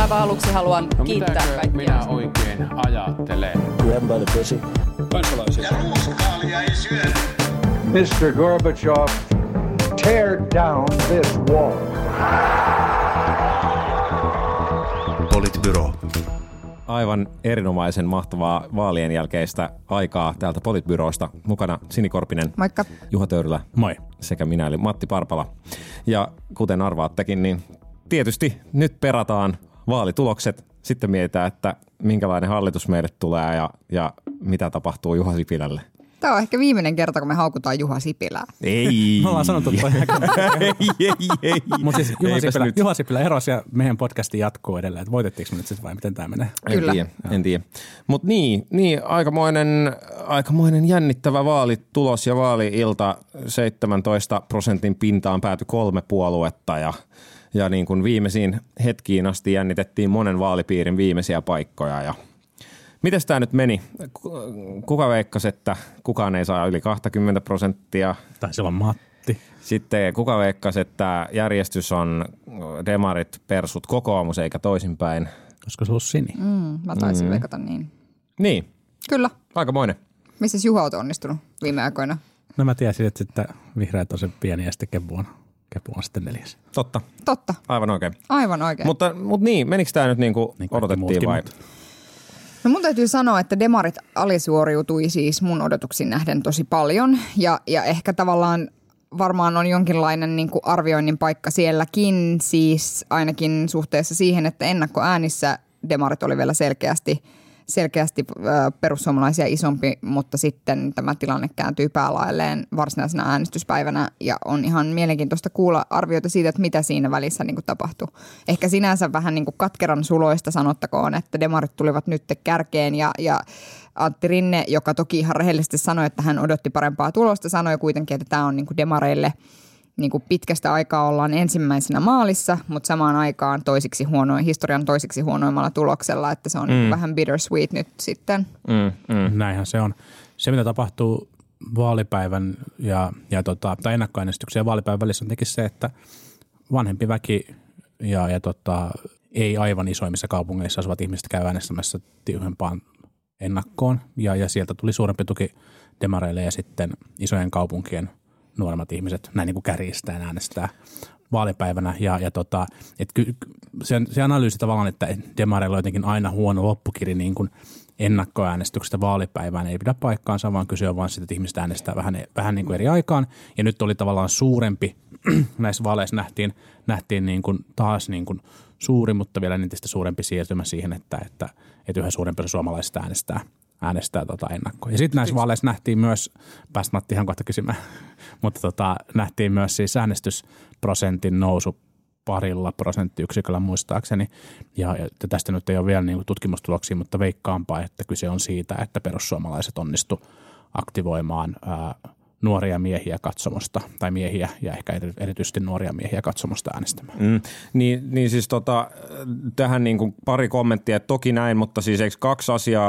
aivan aluksi haluan kiittää kaikkia. Minä oikein ajattelen? Grab by the pussy. Kansalaisia. Ja ruuskaalia ei syödä. Mr. Gorbachev, tear down this wall. Politbyro. Aivan erinomaisen mahtavaa vaalien jälkeistä aikaa täältä Politbyrosta. Mukana Sini Korpinen, moikka, Juha Töyrylä, moi, sekä minä eli Matti Parpala. Ja kuten arvaattekin, niin tietysti nyt perataan vaalitulokset. Sitten mietitään, että minkälainen hallitus meille tulee ja mitä tapahtuu Juha Sipilälle. Tämä on ehkä viimeinen kerta, kun me haukutaan Juha Sipilää. Ei. Me ollaan sanottu toi. ei. Mutta siis Juha Sipilä erosi ja meidän podcasti jatkuu edelleen. Että voitettiinko me nyt sitten vai miten tämä menee? Kyllä. En tiedä. Mutta niin, aikamoinen jännittävä vaalitulos ja vaali-ilta 17% pintaan päätyi 3 puoluetta ja niin kuin viimeisiin hetkiin asti jännitettiin monen vaalipiirin viimeisiä paikkoja ja mites tämä nyt meni? Kuka veikkasi, että kukaan ei saa yli 20%? Taisi olla Matti. Sitten kuka veikkasi, että järjestys on demarit persut kokoomus eikä toisinpäin? Olisiko se ollut Sini? Mä taisin veikata niin. Niin. Kyllä. Aikamoinen. Missä Juha on onnistunut viime aikoina? No mä tiesin, että vihreät on se pieni ja sitten Kepu on sitten 4. Totta. Aivan oikein. Mutta niin, menikö tämä nyt niin kuin odotettiin vai? No mun täytyy sanoa, että demarit alisuoriutui siis mun odotuksiin nähden tosi paljon ja ehkä tavallaan varmaan on jonkinlainen niin kuin arvioinnin paikka sielläkin, siis ainakin suhteessa siihen, että ennakkoäänissä demarit oli vielä selkeästi perussuomalaisia isompi, mutta sitten tämä tilanne kääntyy päälaelleen varsinaisena äänestyspäivänä ja on ihan mielenkiintoista kuulla arvioita siitä, että mitä siinä välissä niin kuin tapahtui. Ehkä sinänsä vähän niin kuin katkeran suloista sanottakoon, että demarit tulivat nyt kärkeen ja Antti Rinne, joka toki ihan rehellisesti sanoi, että hän odotti parempaa tulosta, sanoi kuitenkin, että tämä on niin kuin demareille niin kuin pitkästä aikaa ollaan ensimmäisenä maalissa, mutta samaan aikaan historian toisiksi huonoimmalla tuloksella, että se on vähän bittersweet nyt sitten. Näinhän se on. Se, mitä tapahtuu vaalipäivän tai ennakkoäänestyksen ja vaalipäivän välissä on tietenkin se, että vanhempi väki ja ei aivan isoimmissa kaupungeissa asuvat ihmiset käy äänestämässä tiuhempaan ennakkoon ja sieltä tuli suurempi tuki demareille ja sitten isojen kaupunkien nuoremmat ihmiset näin niin kuin kärjistään äänestää vaalipäivänä se analyysi tavallaan, että demareilla on jotenkin aina huono loppukiri niin kuin ennakkoäänestyksestä vaalipäivään ei pidä paikkaansa, vaan kyse on vaan siitä, että ihmiset äänestää vähän niin kuin eri aikaan ja nyt oli tavallaan suurempi, näissä vaaleissa nähtiin niin kuin taas niin kuin suuri, mutta vielä entistä suurempi siirtymä siihen, että yhä suurempi osa suomalaisista äänestää ennakkoon. Ja sitten näissä vaaleissa nähtiin myös, päästä Matti ihan kohta kysymään, mutta nähtiin myös siis äänestysprosentin nousu 2 prosenttiyksiköllä muistaakseni. Ja tästä nyt ei ole vielä niin kuin tutkimustuloksia, mutta veikkaanpa, että kyse on siitä, että perussuomalaiset onnistu aktivoimaan nuoria miehiä katsomosta, tai miehiä ja ehkä erityisesti nuoria miehiä katsomosta äänestämään. Niin siis tähän niin kuin pari kommenttia, että toki näin, mutta siis eikö 2 asiaa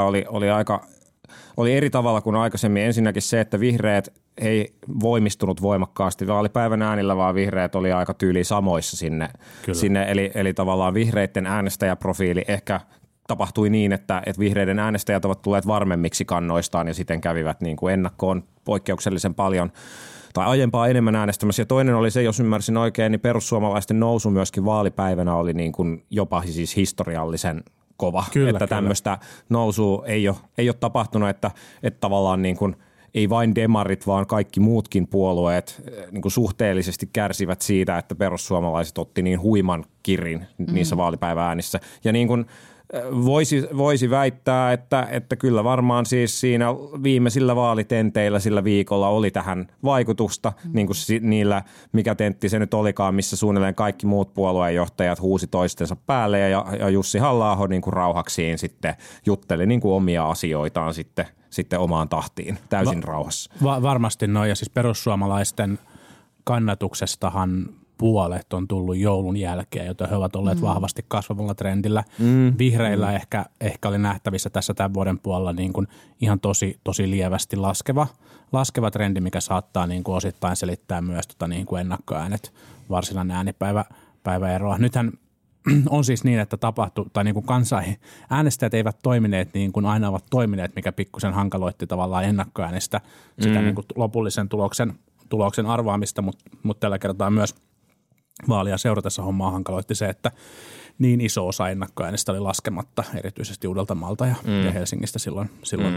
oli eri tavalla kuin aikaisemmin. Ensinnäkin se, että vihreät ei voimistunut voimakkaasti vaalipäivän äänillä, vaan vihreät oli aika tyyliin samoissa sinne eli tavallaan vihreiden äänestäjäprofiili ehkä tapahtui niin, että vihreiden äänestäjät ovat tulleet varmemmiksi kannoistaan ja siten kävivät niin kuin ennakkoon poikkeuksellisen paljon tai aiempaa enemmän äänestämässä. Ja toinen oli se, jos ymmärsin oikein, niin perussuomalaisten nousu myöskin vaalipäivänä oli niin kuin jopa siis historiallisen kova. Että tämmöistä nousua ei ole tapahtunut, että tavallaan niin kuin ei vain demarit, vaan kaikki muutkin puolueet niin kuin suhteellisesti kärsivät siitä, että perussuomalaiset otti niin huiman kirin niissä vaalipäivääänissä. Ja niin kuin voisi väittää, että kyllä varmaan siis siinä viimeisillä vaalitenteillä sillä viikolla oli tähän vaikutusta, niin kuin niillä, mikä tentti se nyt olikaan, missä suunnilleen kaikki muut puolueenjohtajat huusi toistensa päälle ja Jussi Halla-aho niin kuin rauhaksiin sitten jutteli niin kuin omia asioitaan sitten omaan tahtiin täysin rauhassa. Varmasti noin, ja siis perussuomalaisten kannatuksestahan puolet on tullut joulun jälkeen, joten he ovat olleet vahvasti kasvavalla trendillä. Vihreillä ehkä oli nähtävissä tässä tämän vuoden puolella niin kuin ihan tosi lievästi laskeva trendi, mikä saattaa niin kuin osittain selittää myös niin kuin ennakkoäänet, varsinainen äänipäiväeroa. Nythän on siis niin, että tapahtui, tai niin kuin äänestäjät eivät toimineet niin kuin aina ovat toimineet, mikä pikkusen hankaloitti tavallaan ennakkoäänestä sitä niin kuin lopullisen tuloksen arvaamista, mutta tällä kertaa myös vaalia seuratessa hommaa hankaloitti se, että niin iso osa ennakkoäänestä oli laskematta, erityisesti Uudeltamaalta ja Helsingistä silloin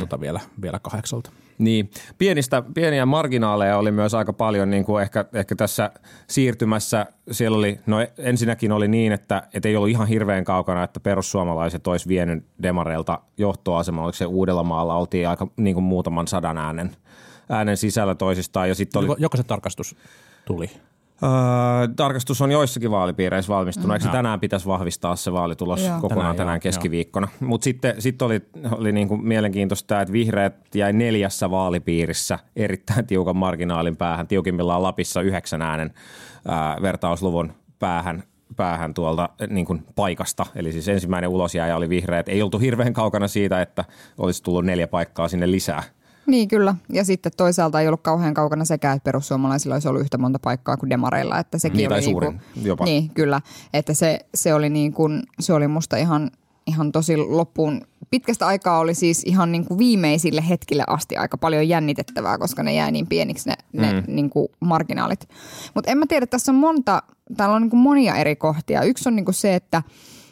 vielä 8. Niin, pieniä marginaaleja oli myös aika paljon, niin kuin ehkä tässä siirtymässä. Siellä oli, no ensinnäkin oli niin, että ei ollut ihan hirveän kaukana, että perussuomalaiset olisi vienyt demareilta johtoasemaan. Oliko se Uudellamaalla, oltiin aika niin kuin muutaman 100 äänen sisällä toisistaan. Ja sitten oli... Joko se tarkastus tuli? Tarkastus on joissakin vaalipiireissä valmistunut. Eikö tänään pitäisi vahvistaa se vaalitulos kokonaan tänään keskiviikkona? Mutta sitten oli niin kuin mielenkiintoista, että vihreät jäi 4 vaalipiirissä erittäin tiukan marginaalin päähän. Tiukimmillaan Lapissa 9 äänen vertausluvun päähän tuolta niin kuin paikasta. Eli siis ensimmäinen ulosjääjä oli vihreät. Ei oltu hirveän kaukana siitä, että olisi tullut 4 paikkaa sinne lisää. Niin kyllä, ja sitten toisaalta ei ollut kauhean kaukana sekään, että perussuomalaisilla olisi ollut yhtä monta paikkaa kuin demareilla. Että sekin niin, tai oli suurin jopa. Niin, kyllä, että se oli, niin kuin, se oli musta ihan tosi loppuun. Pitkästä aikaa oli siis ihan niin kuin viimeisille hetkille asti aika paljon jännitettävää, koska ne jäi niin pieniksi ne niin kuin marginaalit. Mutta en mä tiedä, tässä on täällä on niin kuin monia eri kohtia. Yksi on niin kuin se, että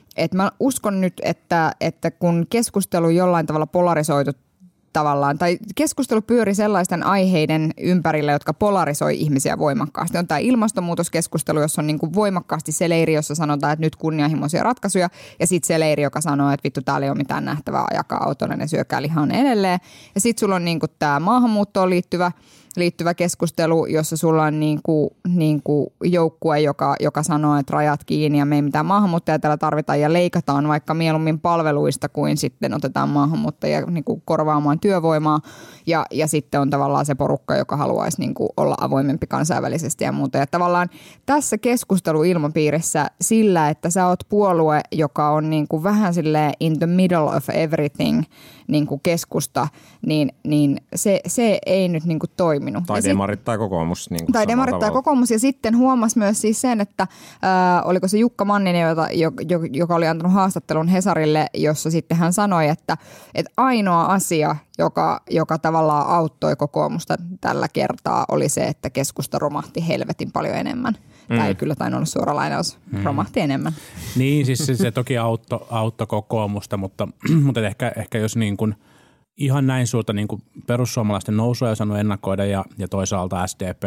mä uskon nyt, että kun keskustelu jollain tavalla polarisoitu tavallaan, tai keskustelu pyöri sellaisten aiheiden ympärillä, jotka polarisoi ihmisiä voimakkaasti. On tämä ilmastonmuutoskeskustelu, jossa on niin kuin voimakkaasti se leiri, jossa sanotaan, että nyt kunnianhimoisia ratkaisuja, ja sitten se leiri, joka sanoo, että vittu täällä ei ole mitään nähtävää, ajakaa autolle, ne syökää lihaa edelleen. Ja sitten sulla on niin kuin tämä maahanmuuttoon liittyvä keskustelu, jossa sulla on niin kuin joukkue, joka sanoo, että rajat kiinni ja me ei mitään maahanmuuttajia täällä tarvitaan ja leikataan vaikka mieluummin palveluista kuin sitten otetaan maahanmuuttajia niin kuin korvaamaan työvoimaa. Ja sitten on tavallaan se porukka, joka haluaisi niin kuin olla avoimempi kansainvälisesti ja muuta. Ja tavallaan tässä keskusteluilmapiirissä sillä, että sä oot puolue, joka on niin kuin vähän silleen in the middle of everything niin kuin keskusta, niin se ei nyt niin kuin toiminut. Tai demarit tai kokoomus. Niin tai demarit tai kokoomus. Ja sitten huomasi myös siis sen, että oliko se Jukka Manninen, joka oli antanut haastattelun Hesarille, jossa sitten hän sanoi, että ainoa asia, joka tavallaan auttoi kokoomusta tällä kertaa, oli se, että keskusta romahti helvetin paljon enemmän. Tämä ei kyllä tainnut olla suora lainaus, romahti enemmän. Niin, siis se toki auttoi kokoomusta, mutta ehkä jos niin kuin ihan näin suurta niin kuin perussuomalaisten nousua ei osannut ennakoida ja toisaalta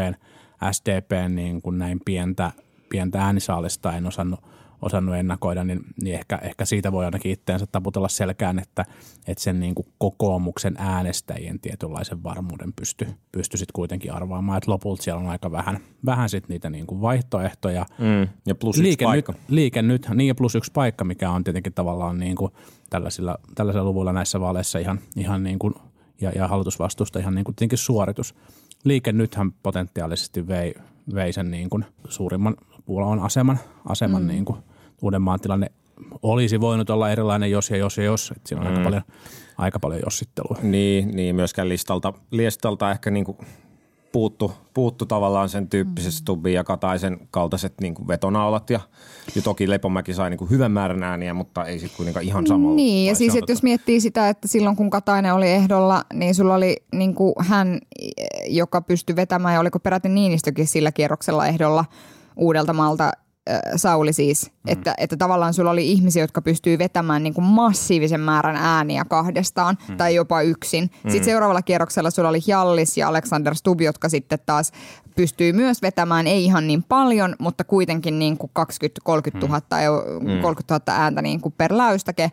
SDPn niin kuin näin pientä äänisaalista en osannut ennakoida, niin ehkä siitä voi ainakin itseänsä taputella selkään, että sen niin kuin kokoomuksen äänestäjien tietynlaisen varmuuden pysty sitten kuitenkin arvaamaan, että lopulta siellä on aika vähän sit niitä niin kuin vaihtoehtoja. Ja plus yksi paikka. Liike nyt, niin ja plus yksi paikka, mikä on tietenkin tavallaan niin kuin tällaisilla luvuilla näissä vaaleissa ihan niin kuin, ja hallitusvastuusta ihan niin kuin tietenkin suoritus. Liike nythän potentiaalisesti vei sen niin kuin suurimman puolueen aseman niin kuin Uudenmaan tilanne olisi voinut olla erilainen jos. Että siinä on aika paljon jossittelua. Niin myöskään listalta ehkä niin kuin puuttu tavallaan sen tyyppiset Stubbin ja Kataisen kaltaiset niin kuin vetonaulat ja toki Lepomäki sai niin kuin hyvän määrän ääniä, mutta ei sitten kuitenkaan ihan samalla. Niin ja siis jos miettii sitä, että silloin kun Katainen oli ehdolla, niin sulla oli niin kuin hän, joka pystyi vetämään ja oliko peräti Niinistökin sillä kierroksella ehdolla Uudeltamaalta, Sauli siis, että tavallaan sulla oli ihmisiä, jotka pystyy vetämään niin kuin massiivisen määrän ääniä kahdestaan tai jopa yksin. Sitten seuraavalla kierroksella sulla oli Hjallis ja Alexander Stubb, jotka sitten taas pystyy myös vetämään, ei ihan niin paljon, mutta kuitenkin niin kuin 20-30 000 ääntä niin kuin per läystäke.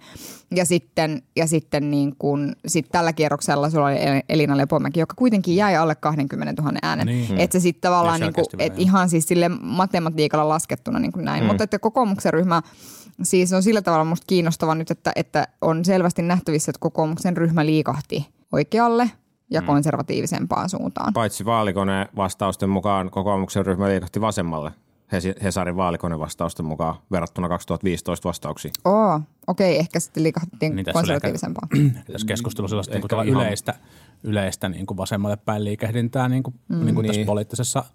Ja sitten niin kuin, tällä kierroksella sulla oli Elina Lepomäki, joka kuitenkin jäi alle 20 000 äänen. Niin. Että se sitten tavallaan niin kuin, ihan siis sille matematiikalla laskettuna niin kuin näin. Mutta että kokoomuksen ryhmä siis on sillä tavalla musta kiinnostava nyt, että on selvästi nähtävissä, että kokoomuksen ryhmä liikahti oikealle ja konservatiivisempaan suuntaan. Paitsi vaalikone vastausten mukaan kokoomuksen ryhmä liikahti vasemmalle. Hesarin vaalikone vastausten mukaan verrattuna 2015 vastauksiin. Okei, ehkä sitten liikahtiin niin konservatiivisempaan. Tässä keskustelussa sellaista niin yleistä niin kuin vasemmalle päin liikehdintää niin kuin tässä poliittisessa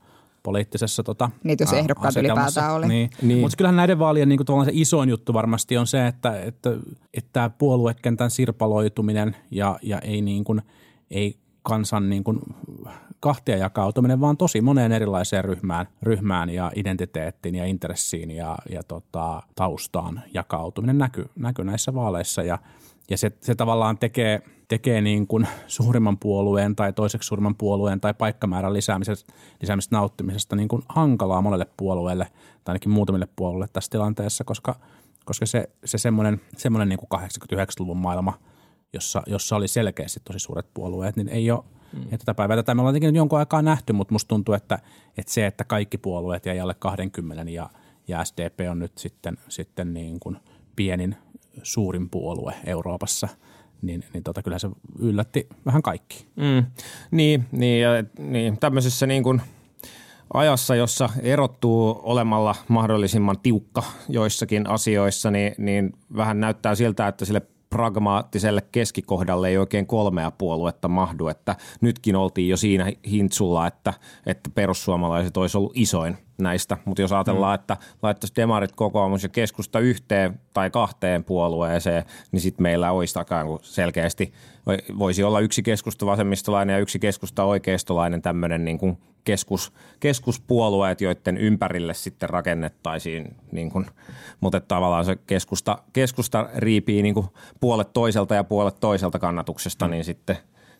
poliittisessa Niitä jos ehdokkaat ylipäätään oli. Niin. Mutta kyllähän näiden vaalien niin tavallaan se isoin juttu varmasti on se, että tämä puoluekentän sirpaloituminen ja ei, niin kuin, ei kansan niin kuin kahtia jakautuminen, vaan tosi moneen erilaiseen ryhmään ja identiteettiin ja intressiin ja taustaan jakautuminen näkyy näissä vaaleissa ja se tavallaan tekee niin kuin suurimman puolueen tai toiseksi suurimman puolueen tai paikkamäärän lisäämisestä nauttimisesta niin kuin hankalaa monelle puolueelle tai ainakin muutamille puolueille tässä tilanteessa, koska se semmoinen niin kuin 89-luvun maailma, jossa oli selkeästi tosi suuret puolueet, niin ei ole tätä päivää. Tätä me ollaan tietenkin jonkun aikaa nähty, mutta musta tuntuu, että se, että kaikki puolueet jäi alle 20 ja SDP on nyt sitten niin kuin pienin suurin puolue Euroopassa, niin kyllä se yllätti vähän kaikki. Niin, tämmöisessä niin kuin ajassa, jossa erottuu olemalla mahdollisimman tiukka joissakin asioissa, niin vähän näyttää siltä, että sille pragmaattiselle keskikohdalle ei oikein 3 puoluetta mahdu, että nytkin oltiin jo siinä hintsulla, että perussuomalaiset olisi ollut isoin näistä, mutta jos ajatellaan, että laittaisi demarit, kokoomus ja keskusta 1 tai 2 puolueeseen, niin sitten meillä olisi selkeästi, voisi olla 1 keskusta vasemmistolainen ja 1 keskusta oikeistolainen tämmöinen niin kuin keskuspuolueet, joiden ympärille sitten rakennettaisiin, niin kuin, mutta tavallaan se keskusta riipii niin kuin puolet toiselta ja puolet toiselta kannatuksesta, niin sitten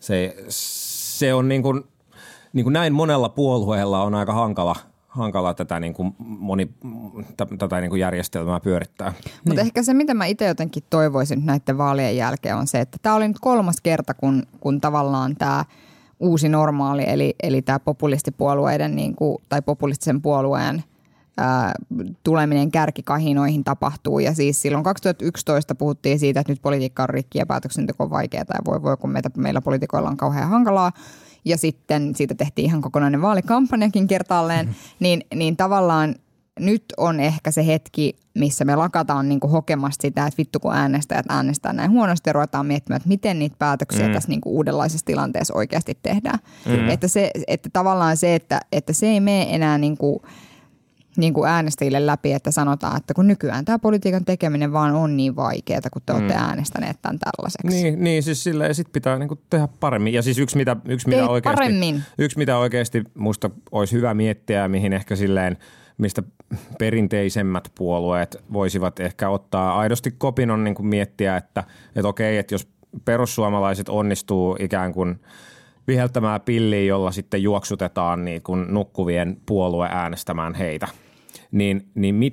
se on niin kuin näin monella puolueella on aika hankala tätä, niin kuin tätä niin kuin järjestelmää pyörittää. Mutta ehkä se, mitä mä itse jotenkin toivoisin näiden vaalien jälkeen on se, että tämä oli nyt 3. kerta, kun tavallaan tämä uusi normaali, eli tämä populistipuolueiden niin kuin, tai populistisen puolueen tuleminen kärkikahinoihin tapahtuu. Ja siis silloin 2011 puhuttiin siitä, että nyt politiikka on rikki ja päätöksenteko on vaikeaa ja voi kun meillä poliitikoilla on kauhean hankalaa. Ja sitten siitä tehtiin ihan kokonainen vaalikampanjakin kertaalleen, niin tavallaan nyt on ehkä se hetki, missä me lakataan niin kuin hokemasta sitä, että vittu kun äänestäjät äänestää näin huonosti ja ruvetaan miettimään, että miten niitä päätöksiä tässä niin kuin uudenlaisessa tilanteessa oikeasti tehdään. Että tavallaan se, että se ei mene enää niin kuin äänestäjille läpi, että sanotaan, että kun nykyään tämä politiikan tekeminen vaan on niin vaikeaa, kun te olette äänestäneet tämän tällaiseksi. Niin siis silleen sit pitää niinku tehdä paremmin. Ja siis yksi mitä oikeasti musta olisi hyvä miettiä, mihin ehkä silleen, mistä perinteisemmät puolueet voisivat ehkä ottaa aidosti kopin on niin kuin miettiä, että okei, että jos perussuomalaiset onnistuu ikään kuin viheltämään pilliin, jolla sitten juoksutetaan niin kuin nukkuvien puolue äänestämään heitä, niin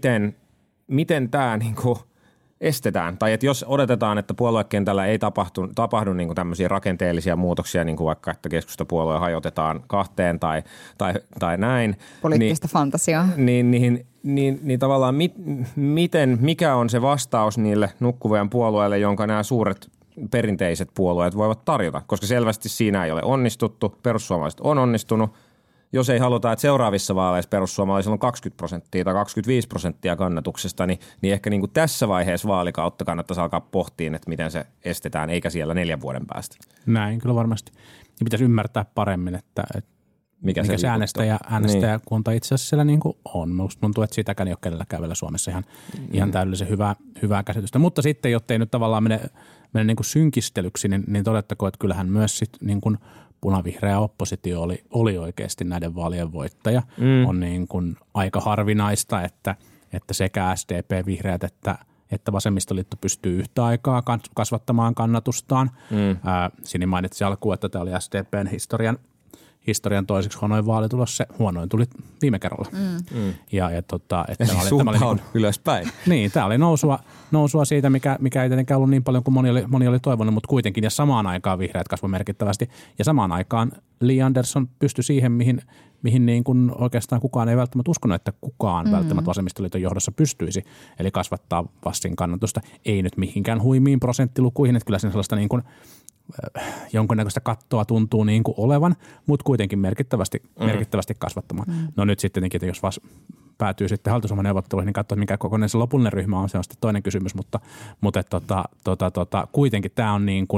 miten tämä niin kuin estetään? Tai että jos odotetaan, että puoluekentällä ei tapahdu niin kuin tämmöisiä rakenteellisia muutoksia, niin kuin vaikka, että keskustapuolue hajotetaan 2 tai näin. Poliittista fantasiaa. Niin tavallaan mikä on se vastaus niille nukkuvien puolueille, jonka nämä suuret perinteiset puolueet voivat tarjota, koska selvästi siinä ei ole onnistuttu. Perussuomalaiset on onnistunut. Jos ei haluta, että seuraavissa vaaleissa perussuomalaisilla on 20% tai 25% kannatuksesta, niin ehkä niin kuin tässä vaiheessa vaalikautta kannattaisi alkaa pohtiin, että miten se estetään, eikä siellä 4 vuoden päästä. Näin, kyllä varmasti. Ja pitäisi ymmärtää paremmin, että mikä se äänestäjäkunta itse asiassa siellä niin kuin on. Minusta tuntuu, että siitäkään ei ole kenelläkään vielä Suomessa ihan täydellisen hyvää käsitystä. Mutta sitten, jotta ei nyt tavallaan mene niin kuin synkistelyksi, niin todettakoon, että kyllähän myös sit niin kuin punavihreä oppositio oli oikeasti näiden vaalien voittaja. On niin kuin aika harvinaista, että sekä SDP, vihreät että vasemmistoliitto pystyy yhtä aikaa kasvattamaan kannatustaan. Sini mainitsi alkuun, että tämä oli SDPn historian toiseksi huonoin vaalitulos. Se huonoin tuli viime kerralla. Että suunta on ylöspäin. Niin, tämä oli nousua siitä, mikä ei tietenkään ollut niin paljon kuin moni oli toivonut, mutta kuitenkin. Ja samaan aikaan vihreät kasvoi merkittävästi. Ja samaan aikaan Li Andersson pystyi siihen, mihin niin kuin oikeastaan kukaan ei välttämättä uskonut, että kukaan välttämättä vasemmistoliiton johdossa pystyisi. Eli kasvattaa Vassin kannatusta. Ei nyt mihinkään huimiin prosenttilukuihin, että kyllä sen sellaista niin kuin jonkunnäköistä kattoa tuntuu niin kuin olevan, mutta kuitenkin merkittävästi kasvattamaan. No nyt sitten tietenkin, että jos päätyy sitten hallitusohjelmaneuvotteluihin, niin katsoa, mikä kokonainen se lopullinen ryhmä on, se on sitten toinen kysymys, mutta kuitenkin tämä on niin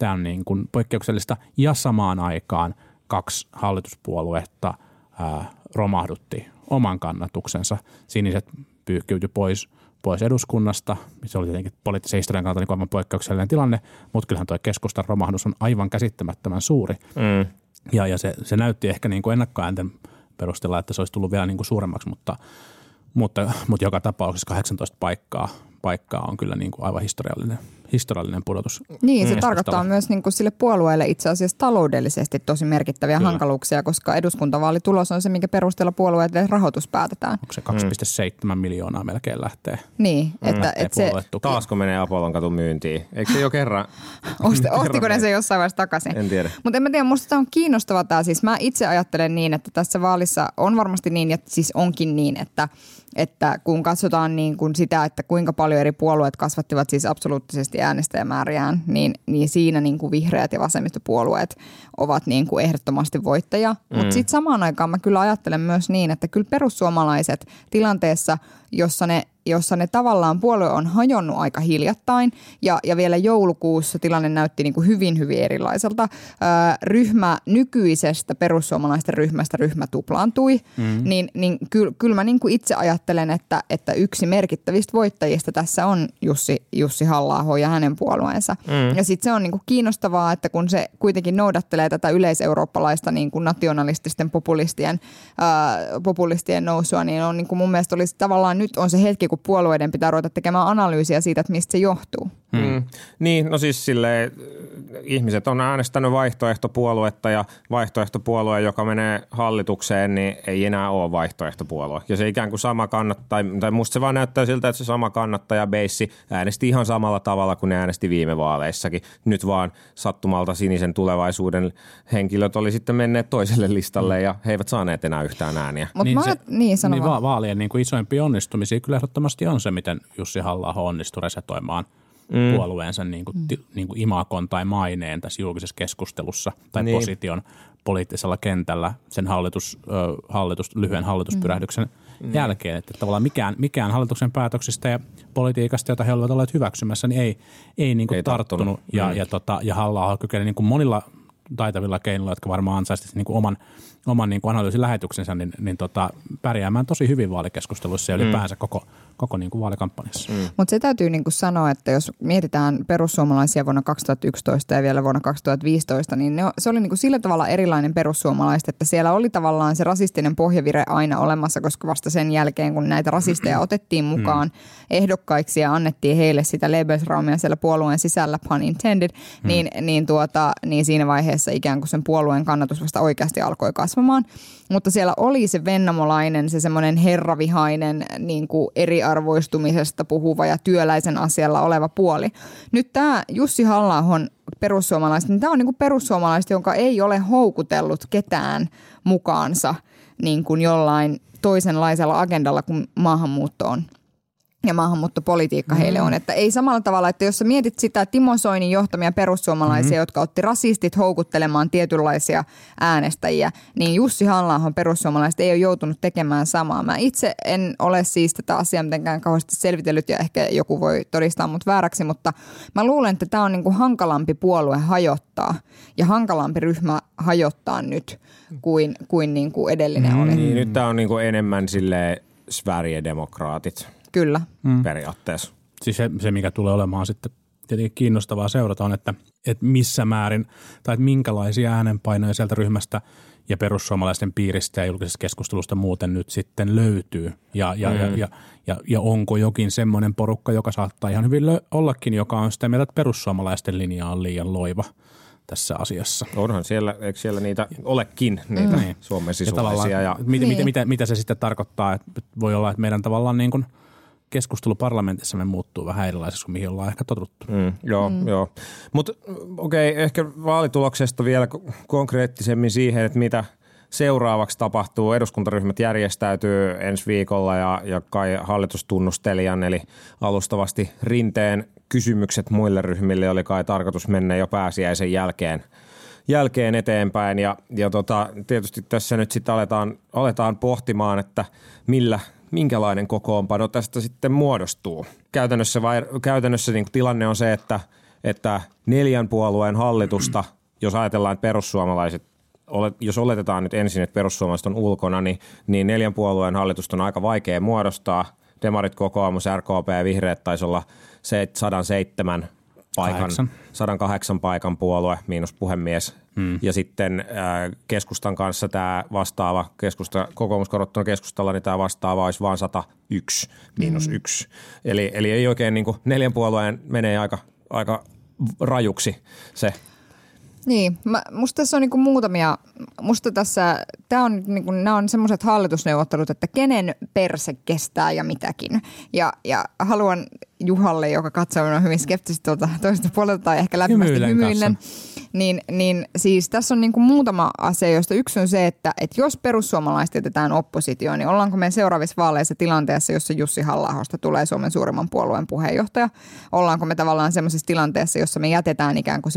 kuin poikkeuksellista ja samaan aikaan 2 hallituspuoluetta romahdutti oman kannatuksensa. Siniset pyyhkiytyi pois eduskunnasta. Se oli tietenkin poliittisen historian kannalta niin aivan poikkeuksellinen tilanne, mutta kyllähän tuo keskustan romahdus on aivan käsittämättömän suuri. Ja se näytti ehkä niin kuin ennakkoäänten perusteella, että se olisi tullut vielä niin kuin suuremmaksi, mutta joka tapauksessa 18 paikkaa on kyllä niin kuin aivan historiallinen pudotus. Niin, se tarkoittaa myös niin kuin sille puolueelle itse asiassa taloudellisesti tosi merkittäviä hankaluuksia, koska eduskuntavaalitulos on se, minkä perusteella puolueille rahoitus päätetään. Onko se 2,7 miljoonaa melkein lähtee? Niin, että se... Taasko menee Apollon kadun myyntiin? Eikö se jo kerran? Ohtiko ne se jossain vaiheessa takaisin? En tiedä. Mutta en mä tiedä, musta tämä on kiinnostava tämä. Siis mä itse ajattelen niin, että tässä vaalissa on varmasti niin, ja siis onkin niin, että kun katsotaan niin kuin sitä, että kuinka paljon eri puolueet kasvattivat siis absoluuttisesti äänestäjämääriään, niin siinä niin kuin vihreät ja vasemmistopuolueet ovat niin kuin ehdottomasti voittajia. Mutta sitten samaan aikaan mä kyllä ajattelen myös niin, että kyllä perussuomalaiset tilanteessa, jossa ne tavallaan puolue on hajonnut aika hiljattain ja vielä joulukuussa tilanne näytti niin kuin hyvin, hyvin erilaiselta. Ryhmä nykyisestä perussuomalaisten ryhmä tuplaantui, niin kyllä mä niin kuin itse ajattelen, että yksi merkittävistä voittajista tässä on Jussi Halla-aho ja hänen puolueensa. Ja sitten se on niin kuin kiinnostavaa, että kun se kuitenkin noudattelee tätä yleiseurooppalaista niin kuin nationalististen populistien nousua, niin on niin kuin mun mielestä olisi tavallaan nyt on se hetki, kun puolueiden pitää ruveta tekemään analyysiä siitä, että mistä se johtuu. Niin, no siis silleen ihmiset on äänestänyt vaihtoehtopuoluetta ja vaihtoehtopuolue, joka menee hallitukseen, niin ei enää ole vaihtoehtopuolue. Ja se ikään kuin sama kannattaja, tai musta se vaan näyttää siltä, että se sama kannattajabeissi äänesti ihan samalla tavalla kuin ne äänesti viime vaaleissakin. Nyt vaan sattumalta sinisen tulevaisuuden henkilöt oli sitten menneet toiselle listalle ja he eivät saaneet enää yhtään ääniä. Niin vaalien niin kuin isoimpia onnistumisia kyllä ehdottomasti on se, miten Jussi Halla-aho onnistui resetoimaan puolueensa niin kuin imakon tai maineen tässä julkisessa keskustelussa tai position poliittisella kentällä sen lyhyen hallituspyrähdyksen jälkeen. Että tavallaan mikään hallituksen päätöksistä ja politiikasta, jota he olivat olleet hyväksymässä, niin ei niin kuin tarttunut. Ja Halla-aho kykeni niin kuin monilla taitavilla keinoilla, jotka varmaan ansaisivat niin kuin oman niin kuin analyysilähetyksensä, niin pärjäämään tosi hyvin vaalikeskusteluissa ja ylipäänsä koko niin kuin vaalikampanjassa. Mutta se täytyy niin kuin sanoa, että jos mietitään perussuomalaisia vuonna 2011 ja vielä vuonna 2015, niin se oli niin kuin sillä tavalla erilainen perussuomalaiset, että siellä oli tavallaan se rasistinen pohjavire aina olemassa, koska vasta sen jälkeen, kun näitä rasisteja otettiin mukaan ehdokkaiksi ja annettiin heille sitä Lebensraumia siellä puolueen sisällä, pun intended, niin siinä vaiheessa ikään kuin sen puolueen kannatus vasta oikeasti alkoi kasvamaan. Mutta siellä oli se vennamolainen, se semmoinen herravihainen niin kuin eriarvoistumisesta puhuva ja työläisen asialla oleva puoli. Nyt tämä Jussi Halla-ahon perussuomalaiset, niin tämä on niin kuin perussuomalaiset, jonka ei ole houkutellut ketään mukaansa niin kuin jollain toisenlaisella agendalla kuin maahanmuutto on. Ja maahanmuuttopolitiikka heille on. Että ei samalla tavalla, että jos sä mietit sitä Timo Soinin johtamia perussuomalaisia, jotka otti rasistit houkuttelemaan tietynlaisia äänestäjiä, niin Jussi Halla-ahon perussuomalaiset ei ole joutunut tekemään samaa. Mä itse en ole siis tätä asiaa mitenkään kauheasti selvitellyt ja ehkä joku voi todistaa mut vääräksi, mutta mä luulen, että tämä on niinku hankalampi puolue hajottaa ja hankalampi ryhmä hajottaa nyt kuin niinku edellinen oli. Niin, nyt tämä on niinku enemmän silleen Sverigedemokraatit. Kyllä. Periaatteessa. Siis se, mikä tulee olemaan sitten tietenkin kiinnostavaa seurata on, että missä määrin tai että minkälaisia äänenpainoja sieltä ryhmästä ja perussuomalaisten piiristä ja julkisesta keskustelusta muuten nyt sitten löytyy. Ja onko jokin semmoinen porukka, joka saattaa ihan hyvin ollakin, joka on sitä mieltä, että perussuomalaisten linja on liian loiva tässä asiassa. Onhan siellä, eikö siellä niitä olekin, niitä Suomen sisulaisia. Ja mitä se sitten tarkoittaa, että voi olla, että meidän tavallaan niin kuin keskustelu parlamentissamme muuttuu vähän erilaiseksi kuin mihin ollaan ehkä totuttu. Joo. Mutta okei, ehkä vaalituloksesta vielä konkreettisemmin siihen, että mitä seuraavaksi tapahtuu. Eduskuntaryhmät järjestäytyy ensi viikolla ja kai hallitustunnustelijan eli alustavasti Rinteen kysymykset muille ryhmille oli kai tarkoitus mennä jo pääsiäisen jälkeen eteenpäin ja tietysti tässä nyt sitten aletaan pohtimaan, että minkälainen kokoonpano tästä sitten muodostuu. Käytännössä niin kuin tilanne on se, että 4 puolueen hallitusta, jos ajatellaan, että perussuomalaiset jos oletetaan nyt ensin, että perussuomalaiset on ulkona, niin 4 puolueen hallitusta on aika vaikea muodostaa. Demarit, kokoomus, RKP ja vihreät taisi olla 108 paikan puolue, miinus puhemies. Ja sitten keskustan kanssa tämä vastaava, kokoomus korottuna keskustalla, niin tämä vastaava olisi vaan 101, miinus 1. Eli ei oikein niin kuin 4 puolueen menee aika rajuksi se. Niin, musta tässä on niinku muutamia, nämä on semmoiset hallitusneuvottelut, että kenen perse kestää ja mitäkin. Ja haluan Juhalle, joka katsoo minua hyvin skeptisesti toisesta puolelta tai ehkä lämpimästi hymyillen, niin siis tässä on niinku muutama asia, joista yksi on se, että jos perussuomalaiset jätetään oppositioon, niin ollaanko me seuraavissa vaaleissa tilanteessa, jossa Jussi Halla-ahosta tulee Suomen suurimman puolueen puheenjohtaja? Ollaanko me tavallaan semmoisessa tilanteessa, jossa me jätetään ikään kuin se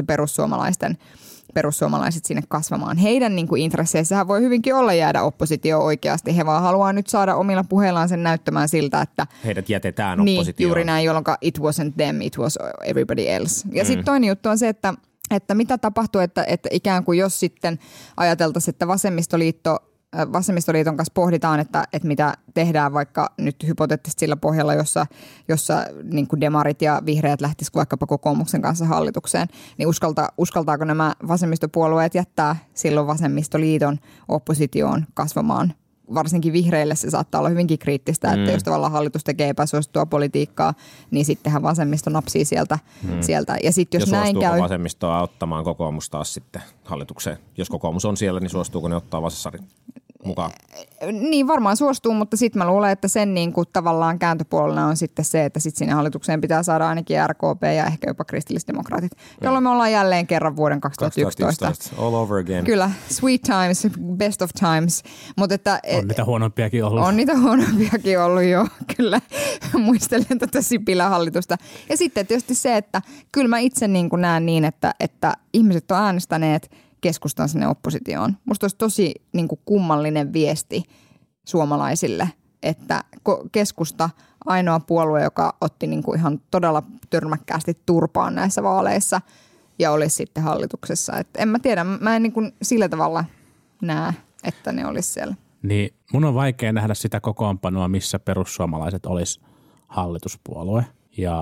perussuomalaiset sinne kasvamaan? Heidän niin kuin intresseissähän voi hyvinkin olla jäädä oppositio oikeasti. He vaan haluaa nyt saada omilla puheillaan sen näyttämään siltä, että heidät jätetään oppositioon. Niin, juuri näin, jolloin it wasn't them, it was everybody else. Ja sitten toinen juttu on se, että mitä tapahtuu, että ikään kuin jos sitten ajateltaisiin, että Vasemmistoliiton kanssa pohditaan, että mitä tehdään vaikka nyt hypoteettisesti sillä pohjalla, jossa niin kuin demarit ja vihreät lähtisivät vaikkapa kokoomuksen kanssa hallitukseen, niin uskaltaako nämä vasemmistopuolueet jättää silloin vasemmistoliiton oppositioon kasvamaan? Varsinkin vihreille se saattaa olla hyvinkin kriittistä, että jos tavallaan hallitus tekee epäsuosittua politiikkaa, niin sittenhän vasemmisto napsii sieltä. Ja sitten jos näin käy... suostuuko vasemmistoa ottamaan kokoomus taas sitten hallitukseen? Jos kokoomus on siellä, niin suostuuko ne ottaa Vasasarin mukaan? Niin varmaan suostuu, mutta sitten mä luulen, että sen niin kuin tavallaan kääntöpuolella on sitten se, että sitten sinne hallitukseen pitää saada ainakin RKP ja ehkä jopa kristillisdemokraatit, jolloin me ollaan jälleen kerran vuoden 2011. All over again. Kyllä, sweet times, best of times. Mutta että, on niitä huonompiakin ollut. On niitä huonompiakin ollut, joo, kyllä. Muistelen tätä Sipilän hallitusta. Ja sitten tietysti se, että kyllä mä itse niin kuin näen niin, että ihmiset on äänestäneet keskustan sinne oppositioon. Musta olisi tosi niin kuin kummallinen viesti suomalaisille, että keskusta ainoa puolue, joka otti niin kuin ihan todella törmäkkäästi turpaan näissä vaaleissa ja olisi sitten hallituksessa. Et en mä tiedä, mä en niin kuin sillä tavalla näe, että ne olisi siellä. Niin mun on vaikea nähdä sitä kokoonpanoa, missä perussuomalaiset olisi hallituspuolue ja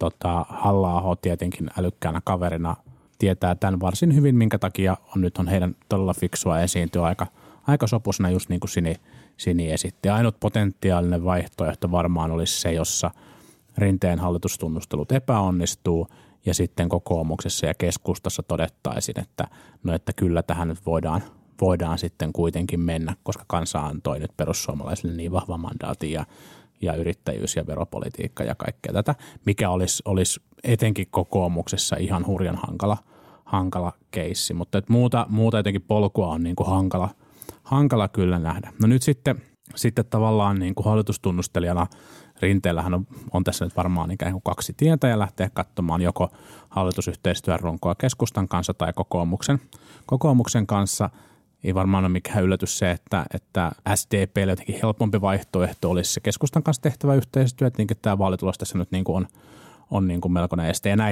Halla-aho tietenkin älykkäänä kaverina tietää tämän varsin hyvin, minkä takia on heidän todella fiksua esiintyä aika sopusena, just niin kuin Sini esitti. Ainut potentiaalinen vaihtoehto varmaan olisi se, jossa Rinteen hallitustunnustelut epäonnistuu ja sitten kokoomuksessa ja keskustassa todettaisiin, että kyllä tähän nyt voidaan sitten kuitenkin mennä, koska kansa antoi nyt perussuomalaisille niin vahva mandaatin ja yrittäjyys ja veropolitiikka ja kaikkea tätä, mikä olisi etenkin kokoomuksessa ihan hurjan hankala keissi, mutta muuta jotenkin polkua on niin kuin hankala kyllä nähdä. No nyt sitten tavallaan niin kuin hallitustunnustelijana Rinteellähän on tässä nyt varmaan ikään kuin 2 tietä ja lähtee katsomaan joko hallitusyhteistyön runkoa keskustan kanssa tai kokoomuksen kanssa. Ei varmaan ole mikään yllätys se, että SDP:lle jotenkin helpompi vaihtoehto olisi se keskustan kanssa tehtävä yhteistyö, että tämä vaalitulos tässä nyt niin kuin on niin kuin melkoinen este. Ja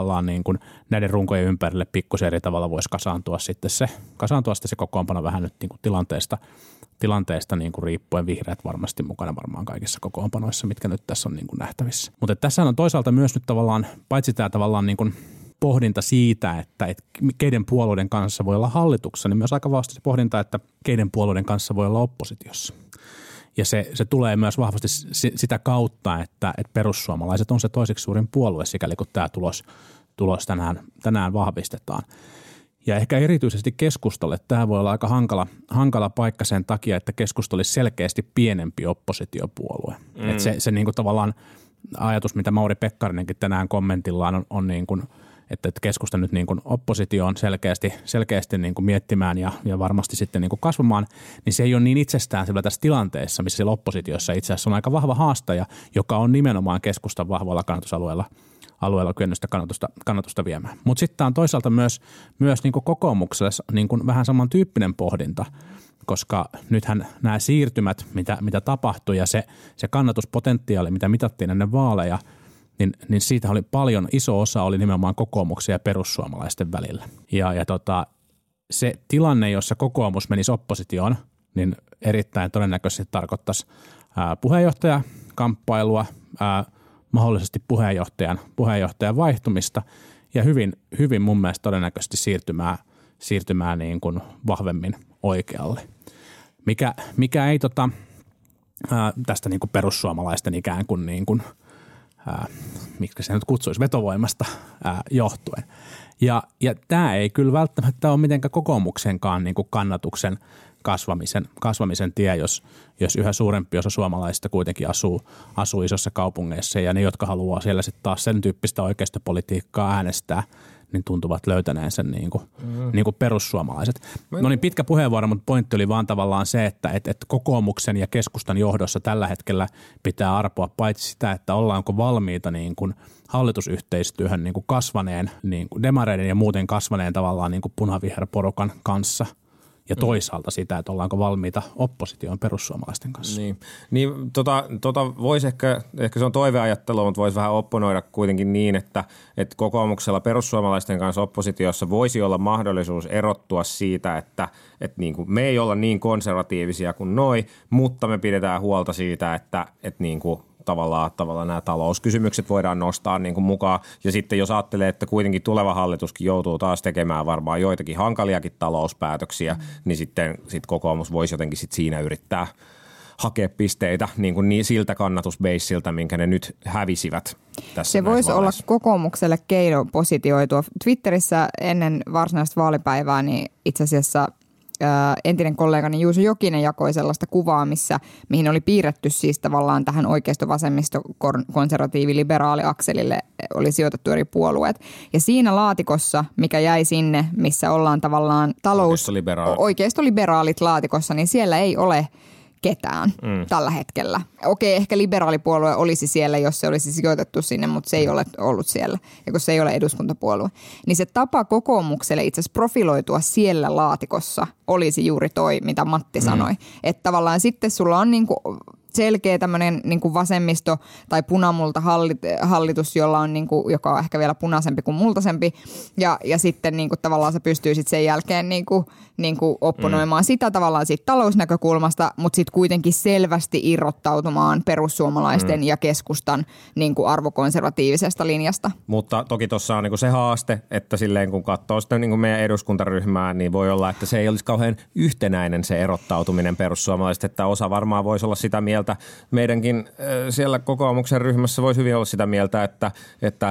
näiden runkojen ympärille pikkusen eri tavalla voisi kasaantua sitten se kokoonpano vähän nyt niin kuin tilanteesta niin kuin riippuen. Vihreät varmasti mukana varmaan kaikissa kokoonpanoissa, mitkä nyt tässä on niin kuin nähtävissä. Mutta tässä on toisaalta myös nyt tavallaan, paitsi tämä tavallaan niin kuin pohdinta siitä, että keiden puolueiden kanssa voi olla hallituksessa, niin myös aika vahvasti se pohdinta, että keiden puolueiden kanssa voi olla oppositiossa. Ja se tulee myös vahvasti sitä kautta, että perussuomalaiset on se toiseksi suurin puolue, sikäli kun tämä tulos tänään vahvistetaan. Ja ehkä erityisesti keskustalle tämä voi olla aika hankala paikka sen takia, että keskusta olisi selkeästi pienempi oppositiopuolue. Että se niin kuin tavallaan ajatus, mitä Mauri Pekkarinenkin tänään kommentillaan on niin kuin, että keskusta nyt niin kuin oppositio on selkeästi niin kuin miettimään ja varmasti sitten niin kuin kasvamaan, niin se ei ole niin itsestään sillä tässä tilanteessa, missä siellä oppositiossa itse asiassa on aika vahva haastaja, joka on nimenomaan keskustan vahvalla kannatusalueella kyennyt sitä kannatusta viemään. Mutta sitten on toisaalta myös niin kuin kokoomukselle niin kuin vähän samantyyppinen pohdinta, koska nythän nämä siirtymät, mitä tapahtui ja se kannatuspotentiaali, mitä mitattiin ennen vaaleja, niin siitä oli iso osa oli nimenomaan kokoomuksen ja perussuomalaisten välillä. Ja se tilanne, jossa kokoomus menisi oppositioon, niin erittäin todennäköisesti tarkoittaisi puheenjohtajakamppailua, mahdollisesti puheenjohtajan vaihtumista ja hyvin mun mielestä todennäköisesti siirtymää niin kuin vahvemmin oikealle. Mikä ei tästä niin kuin perussuomalaisten ikään kuin, miksi se nyt kutsuisi, vetovoimasta johtuen. Ja tämä ei kyllä välttämättä ole mitenkään kokoomuksenkaan niin kuin kannatuksen kasvamisen tie, jos yhä suurempi osa suomalaisista kuitenkin asuu isossa kaupungeissa ja ne, jotka haluaa siellä sitten taas sen tyyppistä oikeistopolitiikkaa äänestää, niin tuntuvat löytäneen sen niin kuin perussuomalaiset. No niin, pitkä puheenvuoro, mutta pointti oli vaan tavallaan se, että kokoomuksen ja keskustan johdossa tällä hetkellä pitää arpoa paitsi sitä, että ollaanko valmiita niin kuin hallitusyhteistyöhön niin kuin kasvaneen niin kuin demareiden ja muuten kasvaneen tavallaan niin kuin punaviherporukan kanssa ja toisaalta sitä, että ollaanko valmiita opposition perussuomalaisten kanssa. Niin voisi ehkä se on toiveajattelua, mutta voisi vähän opponoida kuitenkin niin, että kokoomuksella perussuomalaisten kanssa oppositiossa voisi olla mahdollisuus erottua siitä, että niin kuin me ei olla niin konservatiivisia kuin noi, mutta me pidetään huolta siitä, että niin kuin tavallaan nämä talouskysymykset voidaan nostaa niin kuin mukaan. Ja sitten jos ajattelee, että kuitenkin tuleva hallituskin joutuu taas tekemään varmaan joitakin hankaliakin talouspäätöksiä, niin sitten kokoomus voisi jotenkin sit siinä yrittää hakea pisteitä niin siltä kannatusbeissiltä, minkä ne nyt hävisivät tässä. Se voisi olla kokoomukselle keino positioitua. Twitterissä ennen varsinaista vaalipäivää niin itse asiassa entinen kollegani Juuso Jokinen jakoi sellaista kuvaa, mihin oli piirretty siis tavallaan tähän oikeisto-vasemmisto-konservatiivi-liberaali-akselille oli sijoitettu eri puolueet. Ja siinä laatikossa, mikä jäi sinne, missä ollaan tavallaan oikeistoliberaalit laatikossa, niin siellä ei ole ketään tällä hetkellä. Okei, ehkä liberaalipuolue olisi siellä, jos se olisi sijoitettu sinne, mutta se ei ole ollut siellä, ja kun se ei ole eduskuntapuolue. Niin se tapa kokoomukselle itse asiassa profiloitua siellä laatikossa olisi juuri toi, mitä Matti sanoi. Että tavallaan sitten sulla on niinku selkeä tämmöinen niinku vasemmisto tai punamulta hallitus, jolla on niinku, joka on ehkä vielä punaisempi kuin multaisempi. Ja sitten niinku tavallaan se pystyy sitten sen jälkeen niinku opponoimaan sitä tavallaan siitä talousnäkökulmasta, mutta sitten kuitenkin selvästi irrottautumaan perussuomalaisten ja keskustan niinku arvokonservatiivisesta linjasta. Mutta toki tuossa on niinku se haaste, että silleen kun katsoo sitä niinku meidän eduskuntaryhmää, niin voi olla, että se ei olisi kauhean yhtenäinen se erottautuminen perussuomalaisista, että osa varmaan voisi olla sitä mieltä. Meidänkin siellä kokoomuksen ryhmässä voisi hyvin olla sitä mieltä, että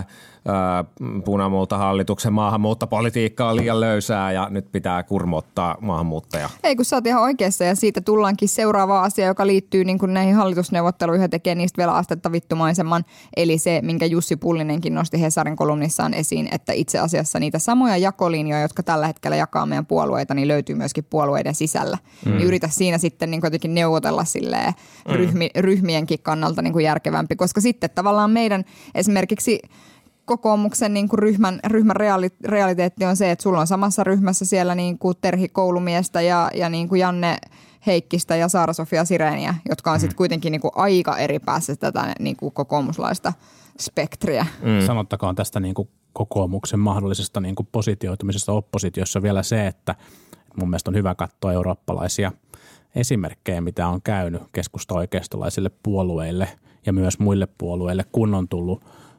punamulta hallituksen maahanmuuttopolitiikka on liian löysää ja nyt pitää kurmoittaa maahanmuuttajaa. Ei, kun sä oot ihan oikeassa ja siitä tullaankin seuraava asia, joka liittyy niin kuin näihin hallitusneuvotteluihin ja tekee niistä vielä astetta vittumaisemman. Eli se, minkä Jussi Pullinenkin nosti Hesarin kolumnissaan esiin, että itse asiassa niitä samoja jakolinjoja, jotka tällä hetkellä jakaa meidän puolueita, niin löytyy myöskin puolueiden sisällä. Niin yritä siinä sitten niin jotenkin neuvotella silleen ryhmienkin kannalta niin kuin järkevämpi, koska sitten tavallaan meidän esimerkiksi kokoomuksen niin kuin ryhmän realiteetti on se, että sulla on samassa ryhmässä siellä niin kuin Terhi Koulumiestä ja niin kuin Janne Heikkistä ja Saara-Sofia Sireniä, jotka on sitten kuitenkin niin kuin aika eri päässä tätä niin kuin kokoomuslaista spektriä. Sanottakoon tästä niin kuin kokoomuksen mahdollisesta niin kuin positioitumisesta oppositiossa vielä se, että mun mielestä on hyvä katsoa eurooppalaisia esimerkkejä, mitä on käynyt keskusta-oikeistolaisille puolueille ja myös muille puolueille, kun on tullut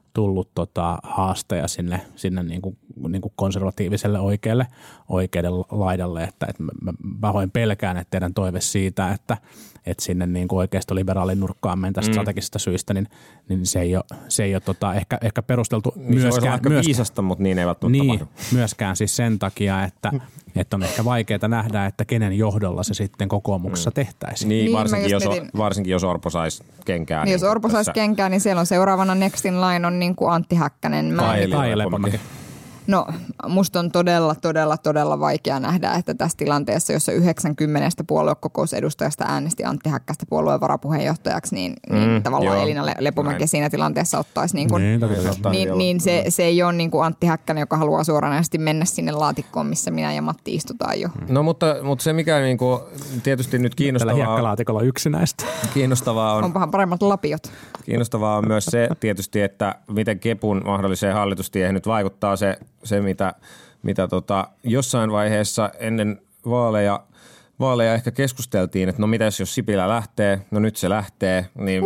haasteja sinne niin kuin konservatiiviselle oikealle laidalle, että mä pahoin pelkään, että teidän toive siitä, että sinne niin kuin oikeistoliberaalin nurkkaan mentäisiin strategisista syistä, niin se ei ole ehkä perusteltu niin myöskään. Se olisi viisasta, mutta niin ei välttämättä tapahdu. Myöskään siis sen takia, että on ehkä vaikeaa nähdä, että kenen johdolla se sitten kokoomuksessa tehtäisiin. Niin, varsinkin jos Orpo saisi kenkää. Niin jos Orpo saisi kenkää, niin siellä on seuraavana next in line on niin kuin Antti Häkkänen. Tai Lepomäki. No, musta on todella vaikea nähdä, että tässä tilanteessa, jossa 90 puoluekokousedustajasta äänesti Antti Häkkästä puolueen varapuheenjohtajaksi, niin tavallaan Elina Lepomäki siinä tilanteessa ottaisi niin se ei ole niin kuin Antti Häkkänen, joka haluaa suoranaisesti mennä sinne laatikkoon, missä minä ja Matti istutaan jo. No mutta se mikä niin kuin tietysti nyt kiinnostavaa on. Tällä hiekkalaatikolla yksinäistä. Kiinnostavaa on. Onpahan paremmat lapiot. Kiinnostavaa on myös se tietysti, että miten Kepun mahdolliseen hallitustiehen nyt vaikuttaa se mitä jossain vaiheessa ennen vaaleja ehkä keskusteltiin, että no mitäs jos Sipilä lähtee, no nyt se lähtee, niin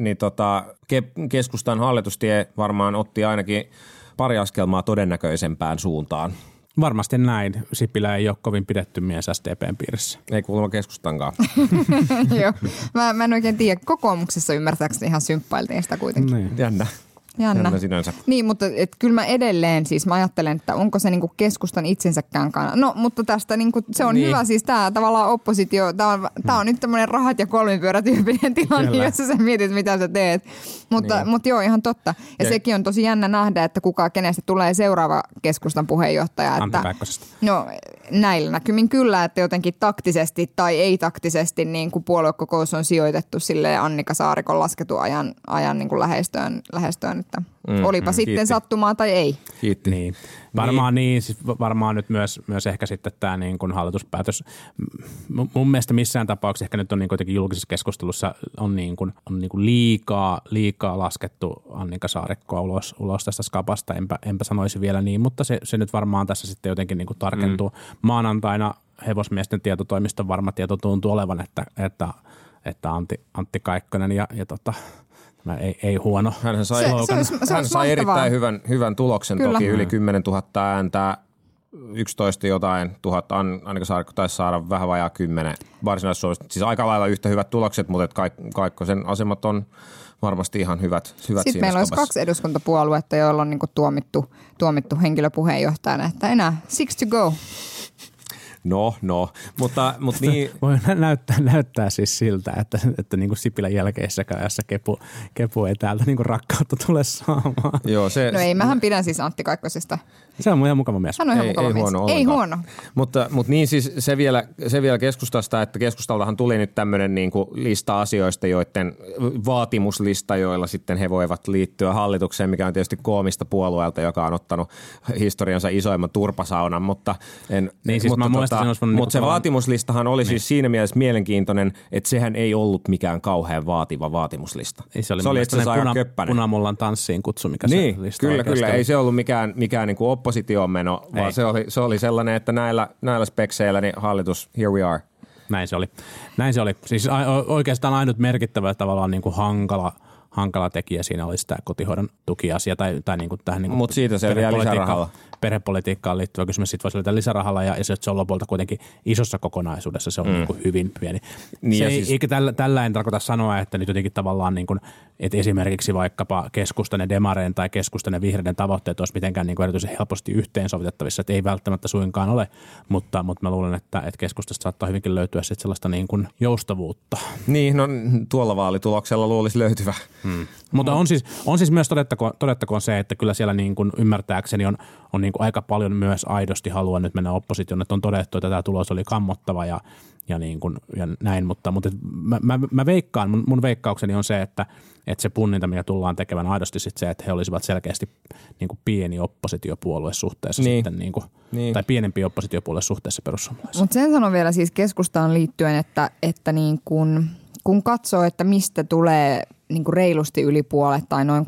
keskustan hallitustie varmaan otti ainakin pari askelmaa todennäköisempään suuntaan. Varmasti näin. Sipilä ei ole kovin pidetty mies SDPn piirissä. Ei kuulemma keskustankaan. Joo. Mä en oikein tiedä. Kokoomuksessa ymmärtääkseni ihan symppailtiin sitä kuitenkin. Niin. Jännä sinänsä. Niin, mutta kyllä mä edelleen siis mä ajattelen, että onko se niinku keskustan itsensäkään kannalta. No, mutta tästä niinku, se on hyvä siis tämä tavallaan oppositio. Tämä on nyt tämmöinen rahat ja kolmipyörätyyppinen tilanne, jossa sä mietit, mitä sä teet. Mutta joo, ihan totta. Ja sekin on tosi jännä nähdä, että kenestä tulee seuraava keskustan puheenjohtaja. Antti Kaikkosesta. No näillä näkymin kyllä, että jotenkin taktisesti tai ei-taktisesti niin kuin puoluekokous on sijoitettu sille Annika Saarikon lasketun ajan niin kuin lähestöön, että olipa sitten kiitti. Sattumaa tai ei. Kiitti. Niin. Varmaan nyt myös ehkä sitten tämä niin kuin hallituspäätös. Mun mielestä missään tapauksessa ehkä nyt on niin kuitenkin julkisessa keskustelussa on liikaa laskettu Annika Saarikkoa ulos tästä skapasta. Enpä sanoisi vielä niin, mutta se nyt varmaan tässä sitten jotenkin niin kuin tarkentuu. Maanantaina Hevosmiesten tietotoimiston varma tieto tuntuu olevan, että Antti Kaikkonen ja ei huono. Hän sai erittäin hyvän tuloksen. Kyllä. Toki yli 10 000 ääntä, 11 jotain tuhatta. Annika Saarikko taisi saada vähän vajaa 10 varsinaissuomista. Siis aika lailla yhtä hyvät tulokset, mutta Kaikkosen asemat on varmasti ihan hyvät Sitten siinä meillä olisi skapassa. 2 eduskuntapuoluetta, joilla on niinku tuomittu henkilöpuheenjohtajana, että enää 6 to go. No, mutta niin. Voi näyttää siis siltä, että niin kuin Sipilän jälkeisessä ajassa kepu ei täältä niin kuin rakkautta tule saamaan. Joo, mähän pidän siis Antti Kaikkosesta. Se on ihan mukava mies. Hän on ihan mukava mies. Ei huono. Mutta niin siis se vielä keskustasta, että keskustaltahan tuli nyt tämmöinen niin kuin lista asioista, joiden vaatimuslista, joilla sitten he voivat liittyä hallitukseen, mikä on tietysti koomista puolueelta, joka on ottanut historiansa isoimman turpasaunan, mutta se vaatimuslistahan oli siis siinä mielessä mielenkiintoinen, että sehän ei ollut mikään kauhean vaativa vaatimuslista. Se oli itse asiassa aika köppäinen. Punamullan tanssiin kutsu, mikä niin, se lista kyllä. Ei se ollut mikään niin kuin oppositioon meno, vaan se oli sellainen, että näillä spekseillä niin hallitus, here we are. Näin se oli. Siis oikeastaan ainut merkittävä tavallaan niin kuin hankala tekijä siinä olisi tämä kotihoidon tukiasia tai niin kuin tähän niin kuin mutta siitä se vielä lisärahalla. Perhepolitiikkaan liittyvä kysymys sitten voisi olla lisärahalla ja se on lopulta kuitenkin isossa kokonaisuudessa se on niin kuin hyvin pieni. Niin eikä tällä en tarkoita sanoa, että nyt jotenkin tavallaan niin kuin, että esimerkiksi vaikkapa keskustan ja demareen tai keskustan ja vihreiden tavoitteet olisi mitenkään niin kuin erityisen helposti yhteensovitettavissa, että ei välttämättä suinkaan ole, mutta mä luulen, että keskustasta saattaa hyvinkin löytyä sitten sellaista niin kuin joustavuutta. Niin, no tuolla vaalituloksella luulisi löytyvä. Mutta on siis myös todettakoon se, että kyllä siellä niin kuin ymmärtääkseni on niin kuin aika paljon myös aidosti halua nyt mennä oppositioon, että on todettu, että tämä tulos oli kammottava ja näin, mutta mä veikkaan, mun veikkaukseni on se, että se punninta, mikä tullaan tekemään aidosti sitten se, että he olisivat selkeästi niin kuin pieni oppositiopuolue suhteessa sitten tai pienempi oppositiopuolue suhteessa perussuomalaisiin. Mutta sen sanon vielä siis keskustaan liittyen, että niin kun katsoo, että mistä tulee niin kuin reilusti yli puolet tai noin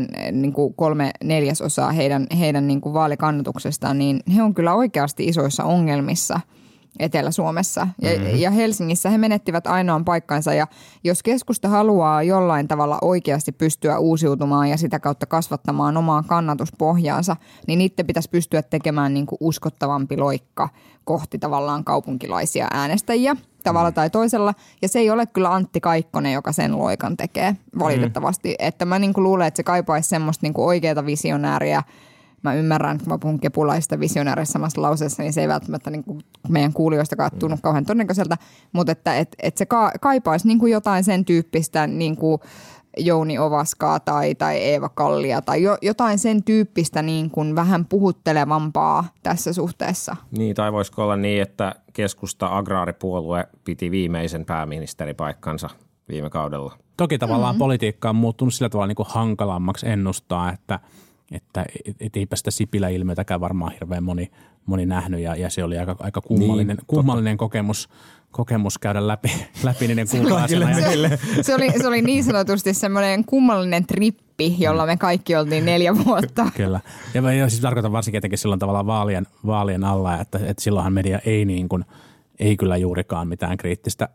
3/4 heidän niin kuin vaalikannatuksestaan, niin he on kyllä oikeasti isoissa ongelmissa Etelä-Suomessa. Ja Helsingissä he menettivät ainoan paikkansa ja jos keskusta haluaa jollain tavalla oikeasti pystyä uusiutumaan ja sitä kautta kasvattamaan omaa kannatuspohjaansa, niin niiden pitäisi pystyä tekemään niin kuin uskottavampi loikka kohti tavallaan kaupunkilaisia äänestäjiä tavalla tai toisella. Ja se ei ole kyllä Antti Kaikkonen, joka sen loikan tekee valitettavasti. Että mä niin kuin luulen, että se kaipaisi semmoista niin kuin oikeata visionääriä. Mä ymmärrän, kun mä puhun kepulaista visionäärissa samassa lauseessa, niin se ei välttämättä niin kuin meidän kuulijoistakaan tunnu kauhean todennäköiseltä, mutta että se kaipaisi niin kuin jotain sen tyyppistä niin kuin Jouni Ovaskaa tai Eeva Kallia tai jotain sen tyyppistä niin kuin vähän puhuttelevampaa tässä suhteessa. Niin, tai voisiko olla niin, että keskusta agraaripuolue piti viimeisen pääministeripaikkansa viime kaudella. Toki tavallaan politiikka on muuttunut sillä tavalla niin kuin hankalammaksi ennustaa, että eipä sitä Sipilä-ilmiötäkään varmaan hirveän moni nähnyt ja se oli aika kummallinen kokemus käydä läpi niiden kuukausina. Se oli niin sanotusti semmoinen kummallinen trippi, jolla me kaikki oltiin 4 vuotta. Kyllä. Ja siis tarkoitan varsinkin etenkin silloin tavallaan vaalien alla, että silloinhan media ei kyllä juurikaan mitään kriittistä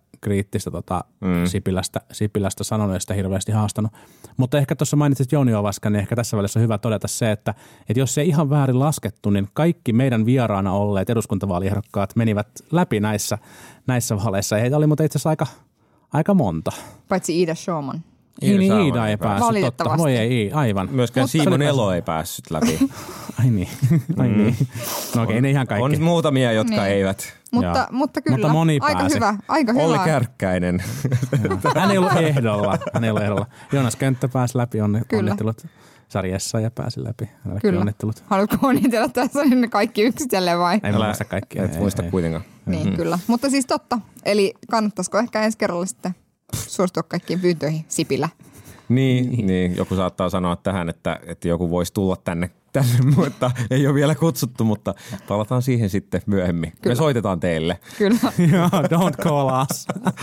Sipilästä sanonut ja sitä hirveästi haastanut. Mutta ehkä tuossa mainitsit Jouni Ovaskan, niin ehkä tässä välissä on hyvä todeta se, että jos se ihan väärin laskettu, niin kaikki meidän vieraana olleet eduskuntavaaliehdokkaat menivät läpi näissä vaaleissa. Heitä oli mutta itse asiassa aika monta. Paitsi Ida Showman. Iida ei päässyt. Valitettavasti. Voi ei, aivan. Myöskään Simon Elo ei päässyt läpi. Ai niin. No okei, ne ihan kaikki. On muutamia, jotka eivät. Mutta kyllä, mutta moni aika pääsi. Aika hyvä. Olli Kärkkäinen. Hän ei ollut ehdolla. Joonas Könttö pääsi läpi, onnittelut sarjassa ja pääsi läpi. Kyllä. Onnittelut. Haluatko onnitella tässä ne kaikki yksitellen vai? Ei muista kaikkia. Et muista kuitenkaan. Niin, kyllä. Mutta siis totta. Eli kannattaisiko ehkä ensi kerralla sitten suostua kaikkiin pyyntöihin Sipilä? Niin, joku saattaa sanoa tähän, että joku voisi tulla tänne, mutta ei ole vielä kutsuttu, mutta palataan siihen sitten myöhemmin. Kyllä. Me soitetaan teille. Kyllä. Joo, don't call us.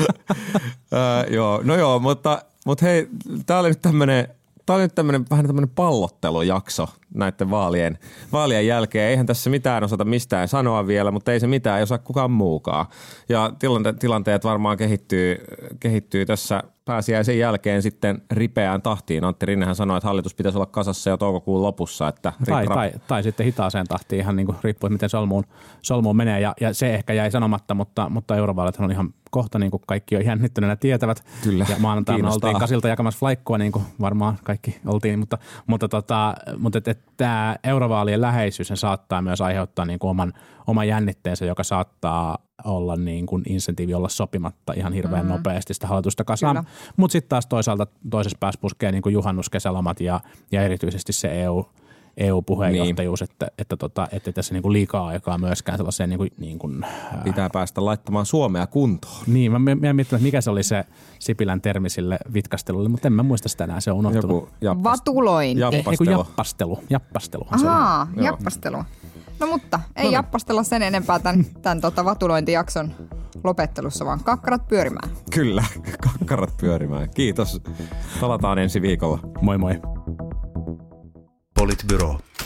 Mutta hei, tää oli nyt tämmönen vähän tämmönen pallottelujakso näiden vaalien jälkeen. Eihän tässä mitään osata mistään sanoa vielä, mutta ei se mitään, ei osaa kukaan muukaan. Ja tilanteet varmaan kehittyy tässä pääsiäisen jälkeen sitten ripeään tahtiin. Antti Rinnehän sanoi, että hallitus pitäisi olla kasassa jo toukokuun lopussa. Että tai sitten hitaaseen tahtiin ihan niin kuin riippuen, miten solmuun menee. Ja se ehkä jäi sanomatta, mutta eurovaalit on ihan kohta, niin kuin kaikki on jännittyneenä tietävät. Kyllä, ja maanantaina oltiin Kasilta jakamassa flaikkoa, niin kuin varmaan kaikki oltiin. Mutta tämä eurovaalien läheisyys saattaa myös aiheuttaa niin kuin oman jännitteensä, joka saattaa olla niin kuin insentiivi olla sopimatta ihan hirveän nopeasti sitä hallitusta kasaan. Mutta sitten taas toisaalta toisessa päässä puskee niin kuin juhannus, kesälomat ja erityisesti se EU-puheenjohtajuus, että tässä niin kuin liikaa aikaa myöskään sellaiseen niin kuin pitää päästä laittamaan Suomea kuntoon. Niin, mä mietin, että mikä se oli se Sipilän termi sille vitkastelulle, mutta en mä muista sitä enää, se on unohtunut. Vatulointi. Jappastelu. Ahaa, jappastelu. No mutta ei jappastella sen enempää tämän vatulointijakson lopettelussa, vaan kakkarat pyörimään. Kyllä, kakkarat pyörimään. Kiitos. Palataan ensi viikolla. Moi moi. Politbyro.